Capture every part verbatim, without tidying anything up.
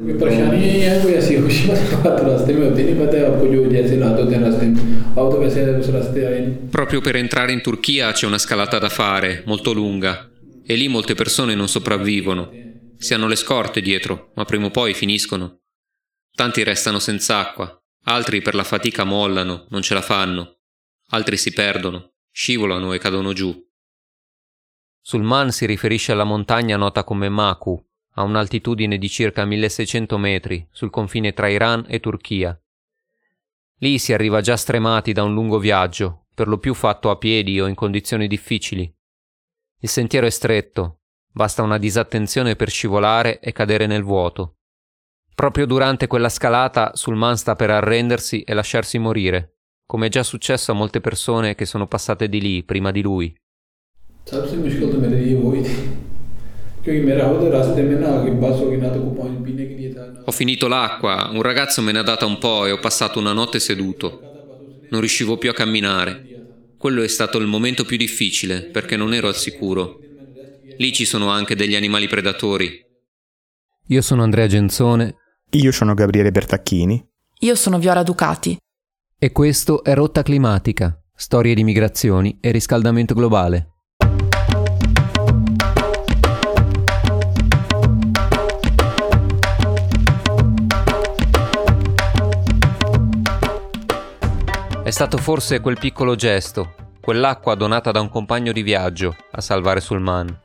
परेशानी यही है कोई ऐसी खुशी वाली बात रास्ते में होती नहीं पता है आपको जो जैसे हालात होते हैं रास्ते में आओ तो वैसे उस रास्ते आए नहीं. Proprio per entrare in Turchia c'è una scalata da fare, molto lunga, e lì molte persone non sopravvivono. Si hanno le scorte dietro, ma prima o poi finiscono. Tanti restano senza acqua, altri per la fatica mollano, non ce la fanno, altri si perdono, scivolano e cadono giù. Sulman si riferisce alla montagna nota come Maku, a un'altitudine di circa milleseicento metri, sul confine tra Iran e Turchia. Lì si arriva già stremati da un lungo viaggio, per lo più fatto a piedi o in condizioni difficili. Il sentiero è stretto, basta una disattenzione per scivolare e cadere nel vuoto. Proprio durante quella scalata Sulman sta per arrendersi e lasciarsi morire, come è già successo a molte persone che sono passate di lì prima di lui. सबसे मुश्किल तो मेरे लिए वही थी क्योंकि मेरा खुद रास्ते में ना आगे बस होगी ना तो कोई पानी पीने के लिए था. Ho finito l'acqua, un ragazzo me ne ha data un po' e ho passato una notte seduto. Non riuscivo più a camminare. Quello è stato il momento più difficile perché non ero al sicuro. Lì ci sono anche degli animali predatori. Io sono Andrea Genzone. Io sono Gabriele Bertacchini. Io sono Viola Ducati. E questo è Rotta Climatica, storie di migrazioni e riscaldamento globale. È stato forse quel piccolo gesto, quell'acqua donata da un compagno di viaggio, a salvare Sulman.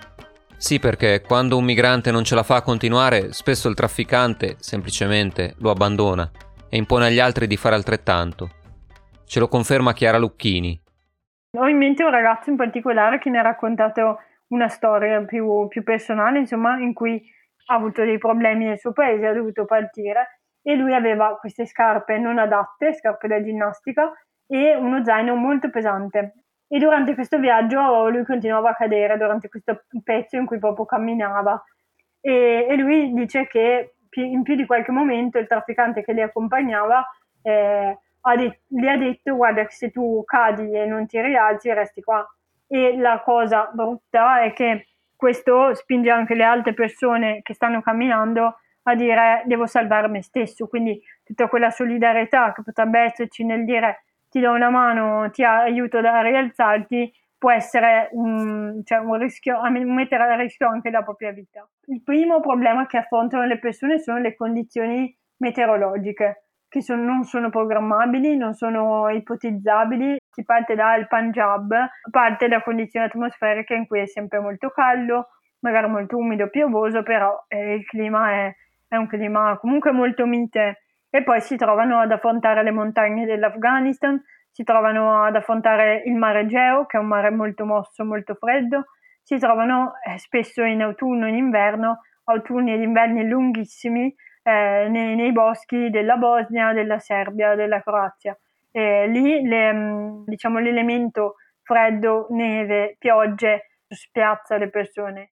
Sì, perché quando un migrante non ce la fa a continuare, spesso il trafficante, semplicemente, lo abbandona e impone agli altri di fare altrettanto. Ce lo conferma Chiara Lucchini. Ho in mente un ragazzo in particolare che mi ha raccontato una storia più, più personale, insomma, in cui ha avuto dei problemi nel suo paese, ha dovuto partire. E lui aveva queste scarpe non adatte, scarpe da ginnastica, e uno zaino molto pesante. E durante questo viaggio lui continuava a cadere, durante questo pezzo in cui proprio camminava. E, e lui dice che in più di qualche momento il trafficante che li accompagnava eh, ha de- gli ha detto: guarda che se tu cadi e non ti rialzi resti qua. E la cosa brutta è che questo spinge anche le altre persone che stanno camminando a dire devo salvare me stesso, quindi tutta quella solidarietà che potrebbe esserci nel dire ti do una mano, ti aiuto a rialzarti, può essere un, cioè un rischio, a mettere a rischio anche la propria vita. Il primo problema che affrontano le persone sono le condizioni meteorologiche, che sono, non sono programmabili, non sono ipotizzabili. Si parte dal Punjab, parte da condizioni atmosferiche in cui è sempre molto caldo, magari molto umido, piovoso, però eh, il clima è è un clima comunque molto mite, e poi si trovano ad affrontare le montagne dell'Afghanistan, si trovano ad affrontare il mare Egeo, che è un mare molto mosso, molto freddo, si trovano eh, spesso in autunno e in inverno, autunni ed inverni lunghissimi eh, nei, nei boschi della Bosnia, della Serbia, della Croazia. E lì le, diciamo, l'elemento freddo, neve, piogge spiazza le persone.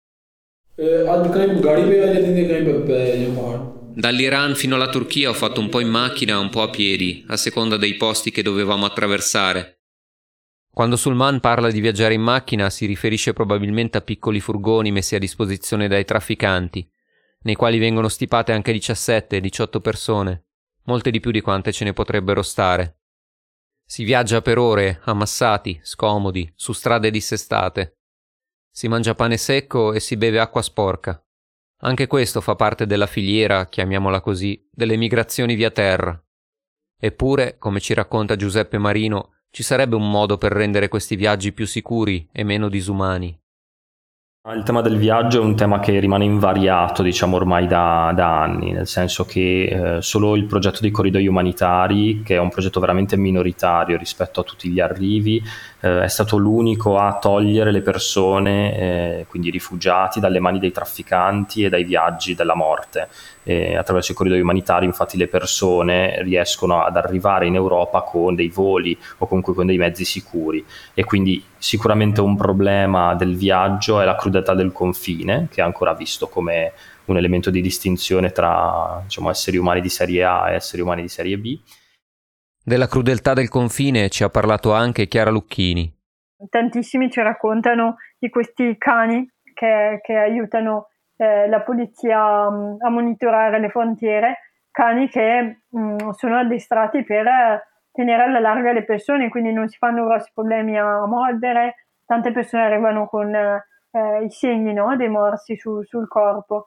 Dall'Iran fino alla Turchia ho fatto un po' in macchina, un po' a piedi, a seconda dei posti che dovevamo attraversare. Quando Sulman parla di viaggiare in macchina si riferisce probabilmente a piccoli furgoni messi a disposizione dai trafficanti, nei quali vengono stipate anche diciassette diciotto persone, molte di più di quante ce ne potrebbero stare. Si viaggia per ore, ammassati, scomodi, su strade dissestate. Si mangia pane secco e si beve acqua sporca. Anche questo fa parte della filiera, chiamiamola così, delle migrazioni via terra. Eppure, come ci racconta Giuseppe Marino, ci sarebbe un modo per rendere questi viaggi più sicuri e meno disumani. Il tema del viaggio è un tema che rimane invariato, diciamo, ormai da, da anni, nel senso che eh, solo il progetto dei corridoi umanitari, che è un progetto veramente minoritario rispetto a tutti gli arrivi, eh, è stato l'unico a togliere le persone, eh, quindi i rifugiati, dalle mani dei trafficanti e dai viaggi della morte. E attraverso i corridoi umanitari infatti le persone riescono ad arrivare in Europa con dei voli o comunque con dei mezzi sicuri, e quindi sicuramente un problema del viaggio è la crudeltà del confine, che è ancora visto come un elemento di distinzione tra, diciamo, esseri umani di serie A e esseri umani di serie B. Della crudeltà del confine ci ha parlato anche Chiara Lucchini. Tantissimi ci raccontano di questi cani che, che aiutano eh, la polizia mh, a monitorare le frontiere, cani che mh, sono addestrati per tenere alla larga le persone, quindi non si fanno grossi problemi a mordere. Tante persone arrivano con eh, i segni, no, dei morsi su, sul corpo.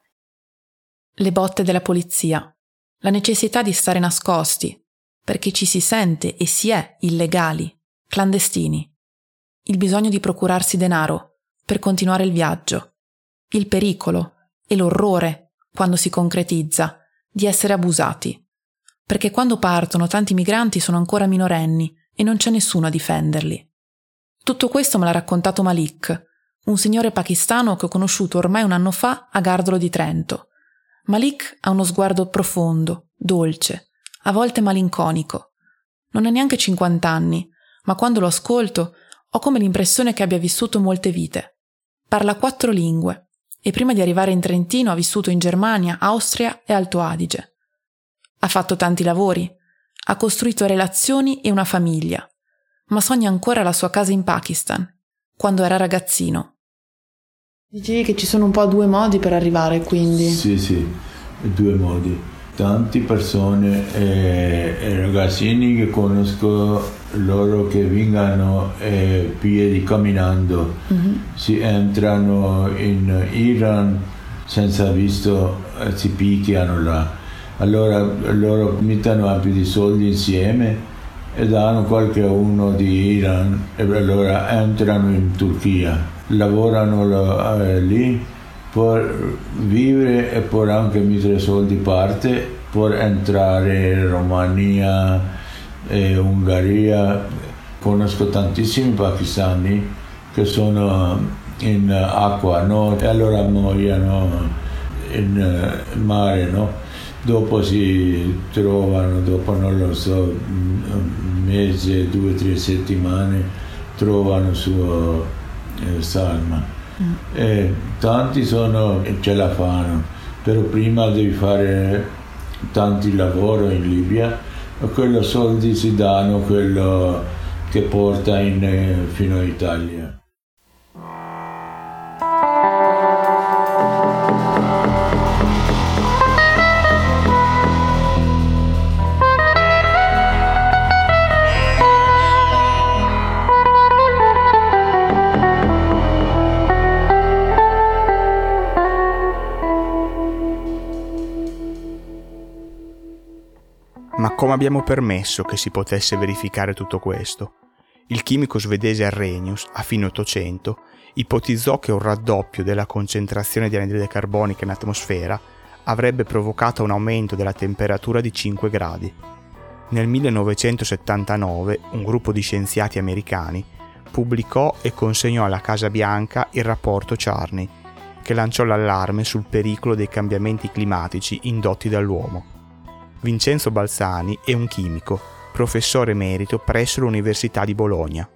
Le botte della polizia, la necessità di stare nascosti, perché ci si sente e si è illegali, clandestini, il bisogno di procurarsi denaro per continuare il viaggio, il pericolo e l'orrore, quando si concretizza, di essere abusati, perché quando partono tanti migranti sono ancora minorenni e non c'è nessuno a difenderli. Tutto questo me l'ha raccontato Malik, un signore pakistano che ho conosciuto ormai un anno fa a Gardolo di Trento. Malik ha uno sguardo profondo, dolce, a volte malinconico. Non ha neanche cinquanta anni, ma quando lo ascolto ho come l'impressione che abbia vissuto molte vite. Parla quattro lingue e prima di arrivare in Trentino ha vissuto in Germania, Austria e Alto Adige. Ha fatto tanti lavori, ha costruito relazioni e una famiglia, ma sogna ancora la sua casa in Pakistan, quando era ragazzino. Dici che ci sono un po' due modi per arrivare, quindi? Sì, sì, due modi. Tante persone e, e ragazzini che conosco, loro che vengono eh, piedi camminando, mm-hmm. si entrano in Iran senza visto, eh, si picchiano là. Allora loro mettono un po' di soldi insieme e danno qualche uno di Iran e allora entrano in Turchia. Lavorano eh, lì per vivere e per anche mettere soldi a parte per entrare in Romania e Ungheria. Conosco tantissimi pakistani che sono in acqua, no? E allora muoiono in mare, no? Dopo si trovano, dopo non lo so, un mese, due o tre settimane, trovano suo Eh, salma. Mm. E tanti sono, ce la fanno, però prima devi fare tanti lavori in Libia e quello soldi si danno, quello che porta in, eh, fino in Italia. Ma come abbiamo permesso che si potesse verificare tutto questo? Il chimico svedese Arrhenius, a fine Ottocento, ipotizzò che un raddoppio della concentrazione di anidride carbonica in atmosfera avrebbe provocato un aumento della temperatura di cinque gradi. Nel millenovecentosettantanove un gruppo di scienziati americani pubblicò e consegnò alla Casa Bianca il rapporto Charney, che lanciò l'allarme sul pericolo dei cambiamenti climatici indotti dall'uomo. Vincenzo Balzani è un chimico, professore emerito presso l'Università di Bologna.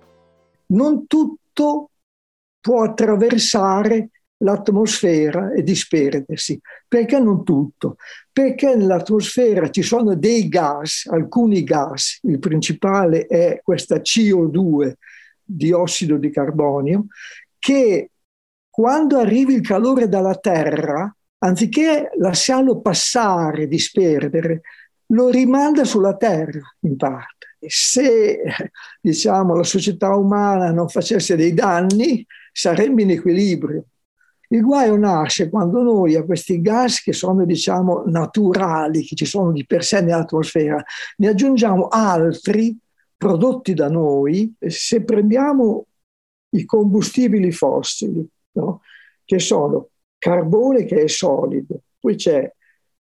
Non tutto può attraversare l'atmosfera e disperdersi. Perché non tutto? Perché nell'atmosfera ci sono dei gas, alcuni gas, il principale è questa C O due, diossido di carbonio, che quando arriva il calore dalla Terra, anziché lasciarlo passare, disperdere, lo rimanda sulla Terra in parte. E se, diciamo, la società umana non facesse dei danni, saremmo in equilibrio. Il guaio nasce quando noi a questi gas che sono, diciamo, naturali, che ci sono di per sé nell'atmosfera, ne aggiungiamo altri prodotti da noi. Se prendiamo i combustibili fossili, no? Che sono carbone che è solido, poi c'è,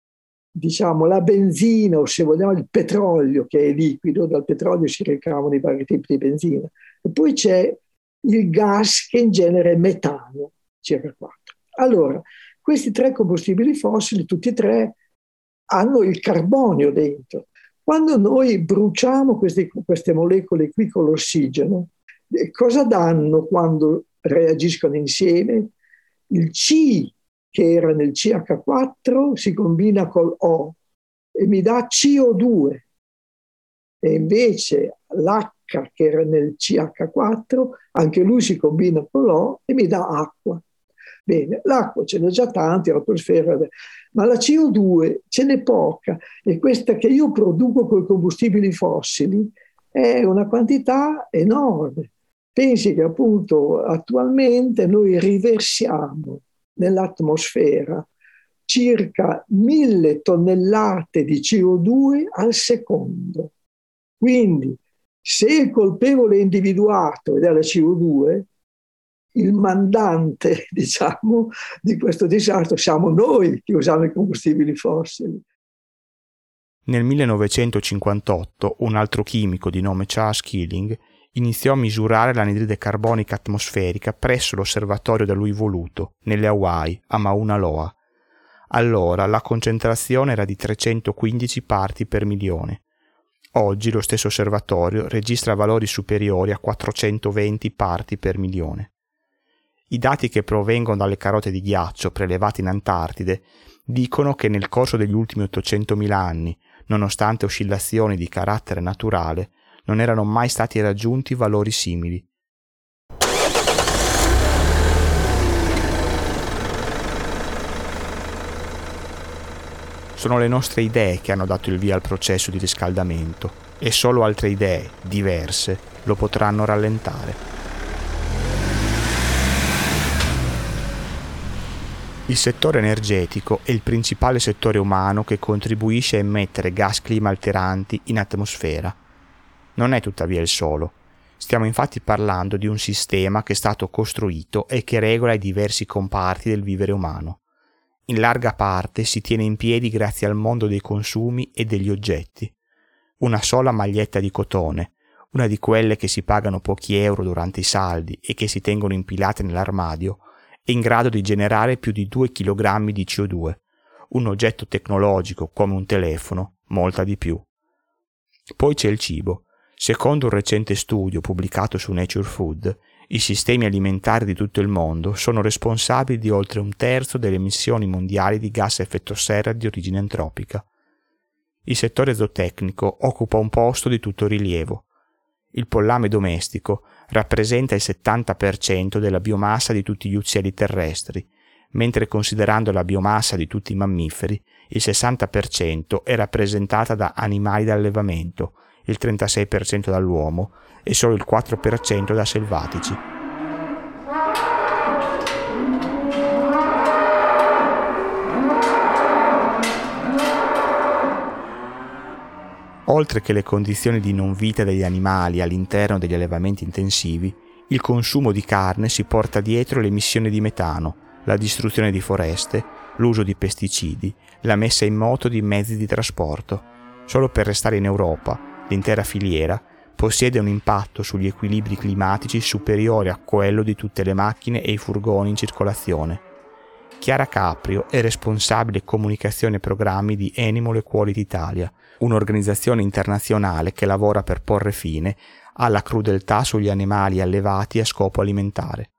diciamo, la benzina o se vogliamo il petrolio che è liquido, dal petrolio si ricavano i vari tipi di benzina, e poi c'è il gas che in genere è metano, circa quattro. Allora, questi tre combustibili fossili, tutti e tre, hanno il carbonio dentro. Quando noi bruciamo questi, queste molecole qui con l'ossigeno, cosa danno quando reagiscono insieme? Il C che era nel C H quattro si combina col O e mi dà C O due, e invece l'H che era nel C H quattro anche lui si combina con l'O e mi dà acqua. Bene, l'acqua ce n'è già tanti, l'atmosfera, ma la C O due ce n'è poca, e questa che io produco con i combustibili fossili è una quantità enorme. Pensi che appunto attualmente noi riversiamo nell'atmosfera circa mille tonnellate di C O due al secondo. Quindi se il colpevole individuato ed è la C O due, il mandante, diciamo, di questo disastro siamo noi che usiamo i combustibili fossili. Nel millenovecentocinquantotto un altro chimico di nome Charles Keeling iniziò a misurare l'anidride carbonica atmosferica presso l'osservatorio da lui voluto, nelle Hawaii, a Mauna Loa. Allora la concentrazione era di trecentoquindici parti per milione. Oggi lo stesso osservatorio registra valori superiori a quattrocentoventi parti per milione. I dati che provengono dalle carote di ghiaccio prelevate in Antartide dicono che nel corso degli ultimi ottocentomila anni, nonostante oscillazioni di carattere naturale, non erano mai stati raggiunti valori simili. Sono le nostre idee che hanno dato il via al processo di riscaldamento e solo altre idee, diverse, lo potranno rallentare. Il settore energetico è il principale settore umano che contribuisce a emettere gas clima alteranti in atmosfera. Non è tuttavia il solo. Stiamo infatti parlando di un sistema che è stato costruito e che regola i diversi comparti del vivere umano. In larga parte si tiene in piedi grazie al mondo dei consumi e degli oggetti. Una sola maglietta di cotone, una di quelle che si pagano pochi euro durante i saldi e che si tengono impilate nell'armadio, è in grado di generare più di due chilogrammi di C O due, un oggetto tecnologico come un telefono, molta di più. Poi c'è il cibo. Secondo un recente studio pubblicato su Nature Food, i sistemi alimentari di tutto il mondo sono responsabili di oltre un terzo delle emissioni mondiali di gas a effetto serra di origine antropica. Il settore zootecnico occupa un posto di tutto rilievo. Il pollame domestico rappresenta il settanta per cento della biomassa di tutti gli uccelli terrestri, mentre considerando la biomassa di tutti i mammiferi, il sessanta per cento è rappresentata da animali d'allevamento, il trentasei per cento dall'uomo e solo il quattro per cento da selvatici. Oltre che le condizioni di non vita degli animali all'interno degli allevamenti intensivi, il consumo di carne si porta dietro l'emissione di metano, la distruzione di foreste, l'uso di pesticidi, la messa in moto di mezzi di trasporto. Solo per restare in Europa, l'intera filiera possiede un impatto sugli equilibri climatici superiore a quello di tutte le macchine e i furgoni in circolazione. Chiara Caprio è responsabile comunicazione e programmi di Animal Equality Italia, un'organizzazione internazionale che lavora per porre fine alla crudeltà sugli animali allevati a scopo alimentare.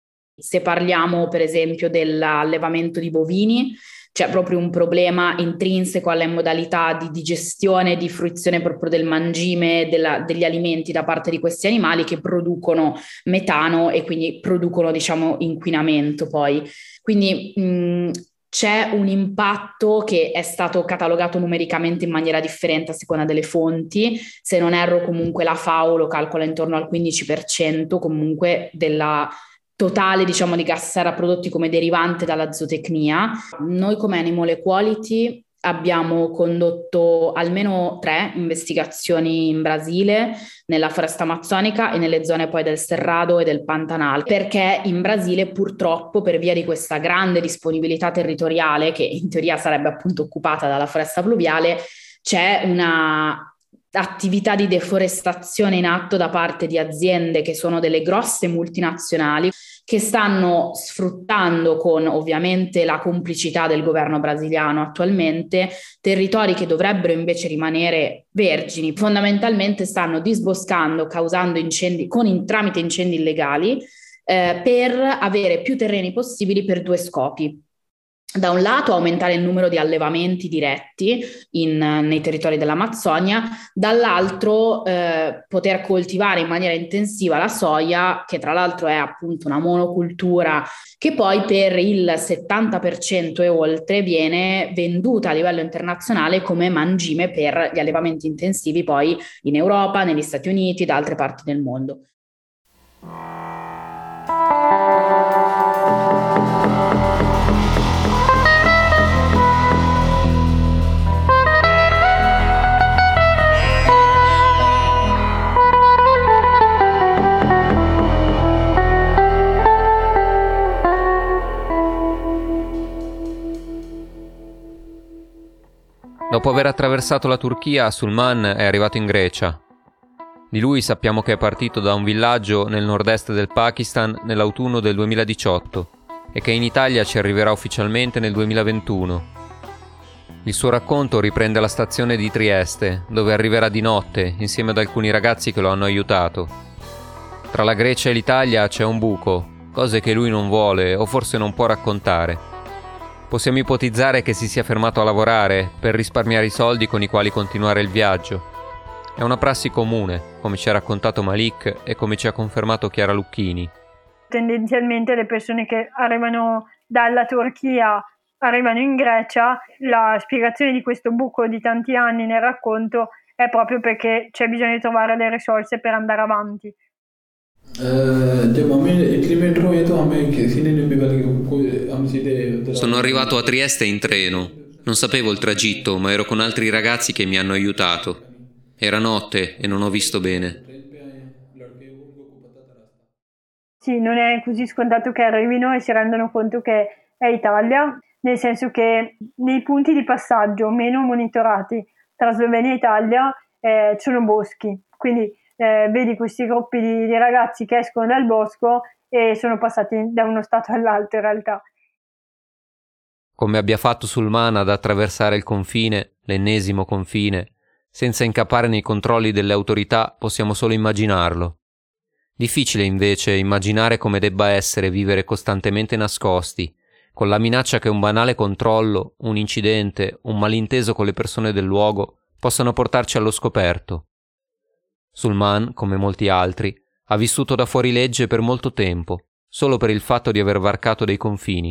Se parliamo per esempio dell'allevamento di bovini, c'è proprio un problema intrinseco alle modalità di digestione e di fruizione proprio del mangime della, degli alimenti da parte di questi animali che producono metano e quindi producono, diciamo, inquinamento poi. Quindi mh, c'è un impatto che è stato catalogato numericamente in maniera differente a seconda delle fonti. Se non erro, comunque la FAO lo calcola intorno al quindici per cento comunque della totale, diciamo, di gas serra prodotti come derivante dalla zootecnia. Noi come Animal Equality abbiamo condotto almeno tre investigazioni in Brasile, nella foresta amazzonica e nelle zone poi del Cerrado e del Pantanal, perché in Brasile purtroppo, per via di questa grande disponibilità territoriale che in teoria sarebbe appunto occupata dalla foresta pluviale, c'è una attività di deforestazione in atto da parte di aziende che sono delle grosse multinazionali che stanno sfruttando, con ovviamente la complicità del governo brasiliano attualmente, territori che dovrebbero invece rimanere vergini. Fondamentalmente stanno disboscando, causando incendi con in, tramite incendi illegali eh, per avere più terreni possibili per due scopi. da un lato aumentare il numero di allevamenti diretti in, nei territori dell'Amazzonia, dall'altro eh, poter coltivare in maniera intensiva la soia, che tra l'altro è appunto una monocultura che poi per il settanta per cento e oltre viene venduta a livello internazionale come mangime per gli allevamenti intensivi poi in Europa, negli Stati Uniti e da altre parti del mondo. Dopo aver attraversato la Turchia, Sulman è arrivato in Grecia. Di lui sappiamo che è partito da un villaggio nel nord-est del Pakistan nell'autunno del duemiladiciotto e che in Italia ci arriverà ufficialmente nel duemilaventuno. Il suo racconto riprende alla stazione di Trieste, dove arriverà di notte insieme ad alcuni ragazzi che lo hanno aiutato. Tra la Grecia e l'Italia c'è un buco, cose che lui non vuole o forse non può raccontare. Possiamo ipotizzare che si sia fermato a lavorare per risparmiare i soldi con i quali continuare il viaggio. È una prassi comune, come ci ha raccontato Malik e come ci ha confermato Chiara Lucchini. Tendenzialmente le persone che arrivano dalla Turchia arrivano in Grecia, la spiegazione di questo buco di tanti anni nel racconto è proprio perché c'è bisogno di trovare le risorse per andare avanti. Sono arrivato a Trieste in treno. Non sapevo il tragitto, ma ero con altri ragazzi che mi hanno aiutato. Era notte e non ho visto bene. Sì, non è così scontato che arrivino e si rendano conto che è Italia, nel senso che nei punti di passaggio meno monitorati tra Slovenia e Italia eh, ci sono boschi, quindi Eh, vedi questi gruppi di, di ragazzi che escono dal bosco e sono passati da uno stato all'altro in realtà. Come abbia fatto Sulman ad attraversare il confine, l'ennesimo confine, senza incappare nei controlli delle autorità, possiamo solo immaginarlo. Difficile invece immaginare come debba essere vivere costantemente nascosti, con la minaccia che un banale controllo, un incidente, un malinteso con le persone del luogo possano portarci allo scoperto. Sulman, come molti altri, ha vissuto da fuorilegge per molto tempo, solo per il fatto di aver varcato dei confini.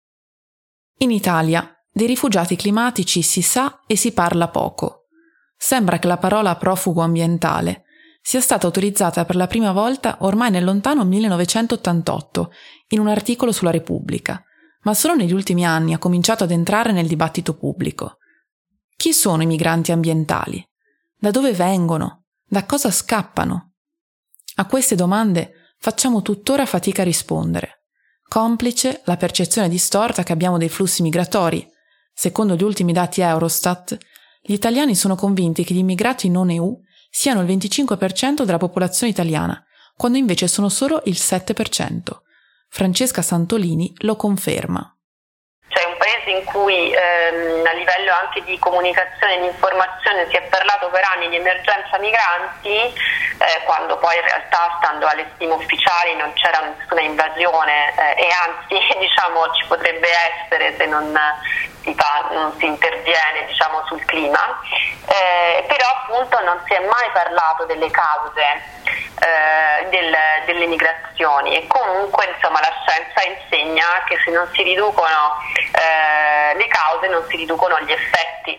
In Italia, dei rifugiati climatici si sa e si parla poco. Sembra che la parola profugo ambientale sia stata utilizzata per la prima volta ormai nel lontano millenovecentottantotto, in un articolo sulla Repubblica, ma solo negli ultimi anni ha cominciato ad entrare nel dibattito pubblico. Chi sono i migranti ambientali? Da dove vengono? Da cosa scappano? A queste domande facciamo tuttora fatica a rispondere. Complice la percezione distorta che abbiamo dei flussi migratori. Secondo gli ultimi dati Eurostat, gli italiani sono convinti che gli immigrati non E U siano il venticinque per cento della popolazione italiana, quando invece sono solo il sette per cento. Francesca Santolini lo conferma. C'è un paese in cui ehm, a livello anche di comunicazione e di informazione si è parlato per anni di emergenza migranti, eh, quando poi in realtà, stando alle stime ufficiali, non c'era nessuna invasione eh, e anzi diciamo ci potrebbe essere se non si, fa, non si interviene diciamo sul clima, eh, però appunto non si è mai parlato delle cause Eh, del, delle migrazioni e comunque insomma la scienza insegna che se non si riducono eh, le cause non si riducono gli effetti.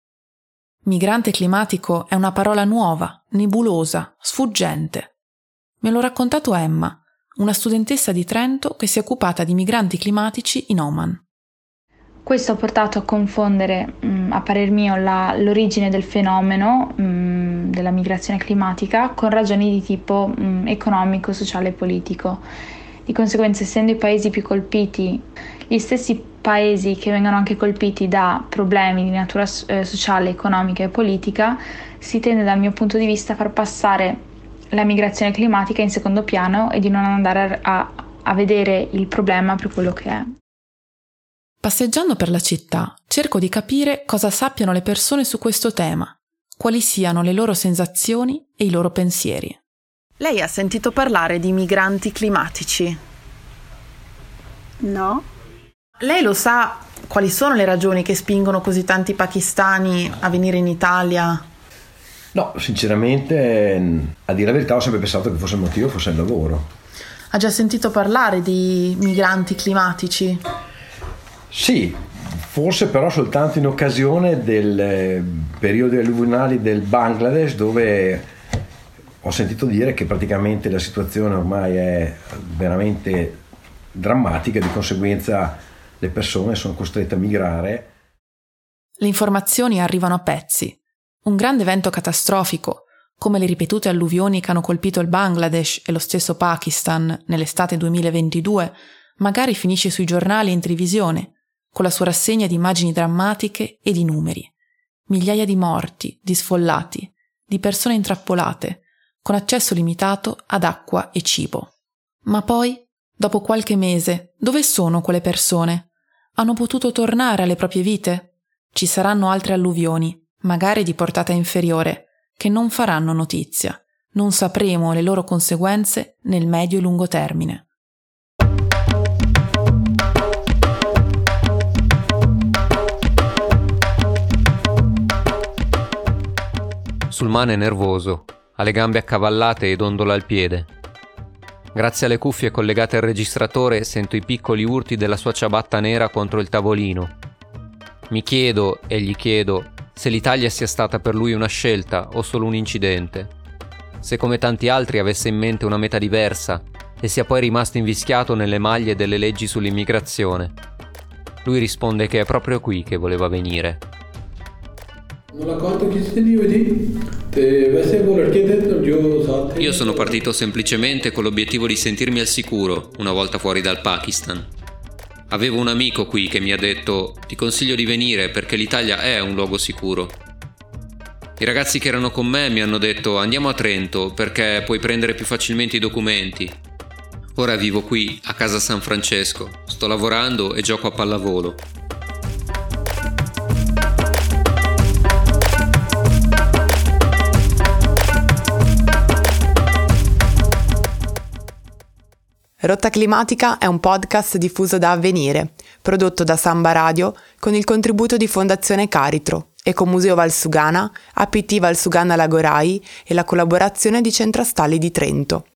Migrante climatico è una parola nuova, nebulosa, sfuggente. Me l'ha raccontato Emma, una studentessa di Trento che si è occupata di migranti climatici in Oman. Questo ha portato a confondere, mh, a parer mio, la, l'origine del fenomeno mh, della migrazione climatica con ragioni di tipo mh, economico, sociale e politico. Di conseguenza, essendo i paesi più colpiti, gli stessi paesi che vengono anche colpiti da problemi di natura eh, sociale, economica e politica, si tende dal mio punto di vista a far passare la migrazione climatica in secondo piano e di non andare a, a vedere il problema per quello che è. Passeggiando per la città, cerco di capire cosa sappiano le persone su questo tema, quali siano le loro sensazioni e i loro pensieri. Lei ha sentito parlare di migranti climatici? No. Lei lo sa quali sono le ragioni che spingono così tanti pakistani a venire in Italia? No, sinceramente, a dire la verità, ho sempre pensato che fosse il motivo fosse il lavoro. Ha già sentito parlare di migranti climatici? Sì, forse però soltanto in occasione del periodo alluvionali del Bangladesh, dove ho sentito dire che praticamente la situazione ormai è veramente drammatica e di conseguenza le persone sono costrette a migrare. Le informazioni arrivano a pezzi. Un grande evento catastrofico, come le ripetute alluvioni che hanno colpito il Bangladesh e lo stesso Pakistan nell'estate duemilaventidue, magari finisce sui giornali in televisione, con la sua rassegna di immagini drammatiche e di numeri. Migliaia di morti, di sfollati, di persone intrappolate, con accesso limitato ad acqua e cibo. Ma poi, dopo qualche mese, dove sono quelle persone? Hanno potuto tornare alle proprie vite? Ci saranno altre alluvioni, magari di portata inferiore, che non faranno notizia. Non sapremo le loro conseguenze nel medio e lungo termine. Sulman è nervoso, ha le gambe accavallate e dondola al piede. Grazie alle cuffie collegate al registratore sento i piccoli urti della sua ciabatta nera contro il tavolino. Mi chiedo, e gli chiedo, se l'Italia sia stata per lui una scelta o solo un incidente. Se come tanti altri avesse in mente una meta diversa e sia poi rimasto invischiato nelle maglie delle leggi sull'immigrazione. Lui risponde che è proprio qui che voleva venire. Io sono partito semplicemente con l'obiettivo di sentirmi al sicuro una volta fuori dal Pakistan. Avevo un amico qui che mi ha detto: ti consiglio di venire perché l'Italia è un luogo sicuro. I ragazzi che erano con me mi hanno detto: andiamo a Trento perché puoi prendere più facilmente i documenti. Ora vivo qui a casa San Francesco, sto lavorando e gioco a pallavolo. Rotta Climatica è un podcast diffuso da Avvenire, prodotto da Samba Radio con il contributo di Fondazione Caritro, Ecomuseo Valsugana, A P T Valsugana Lagorai e la collaborazione di Centrastalli di Trento.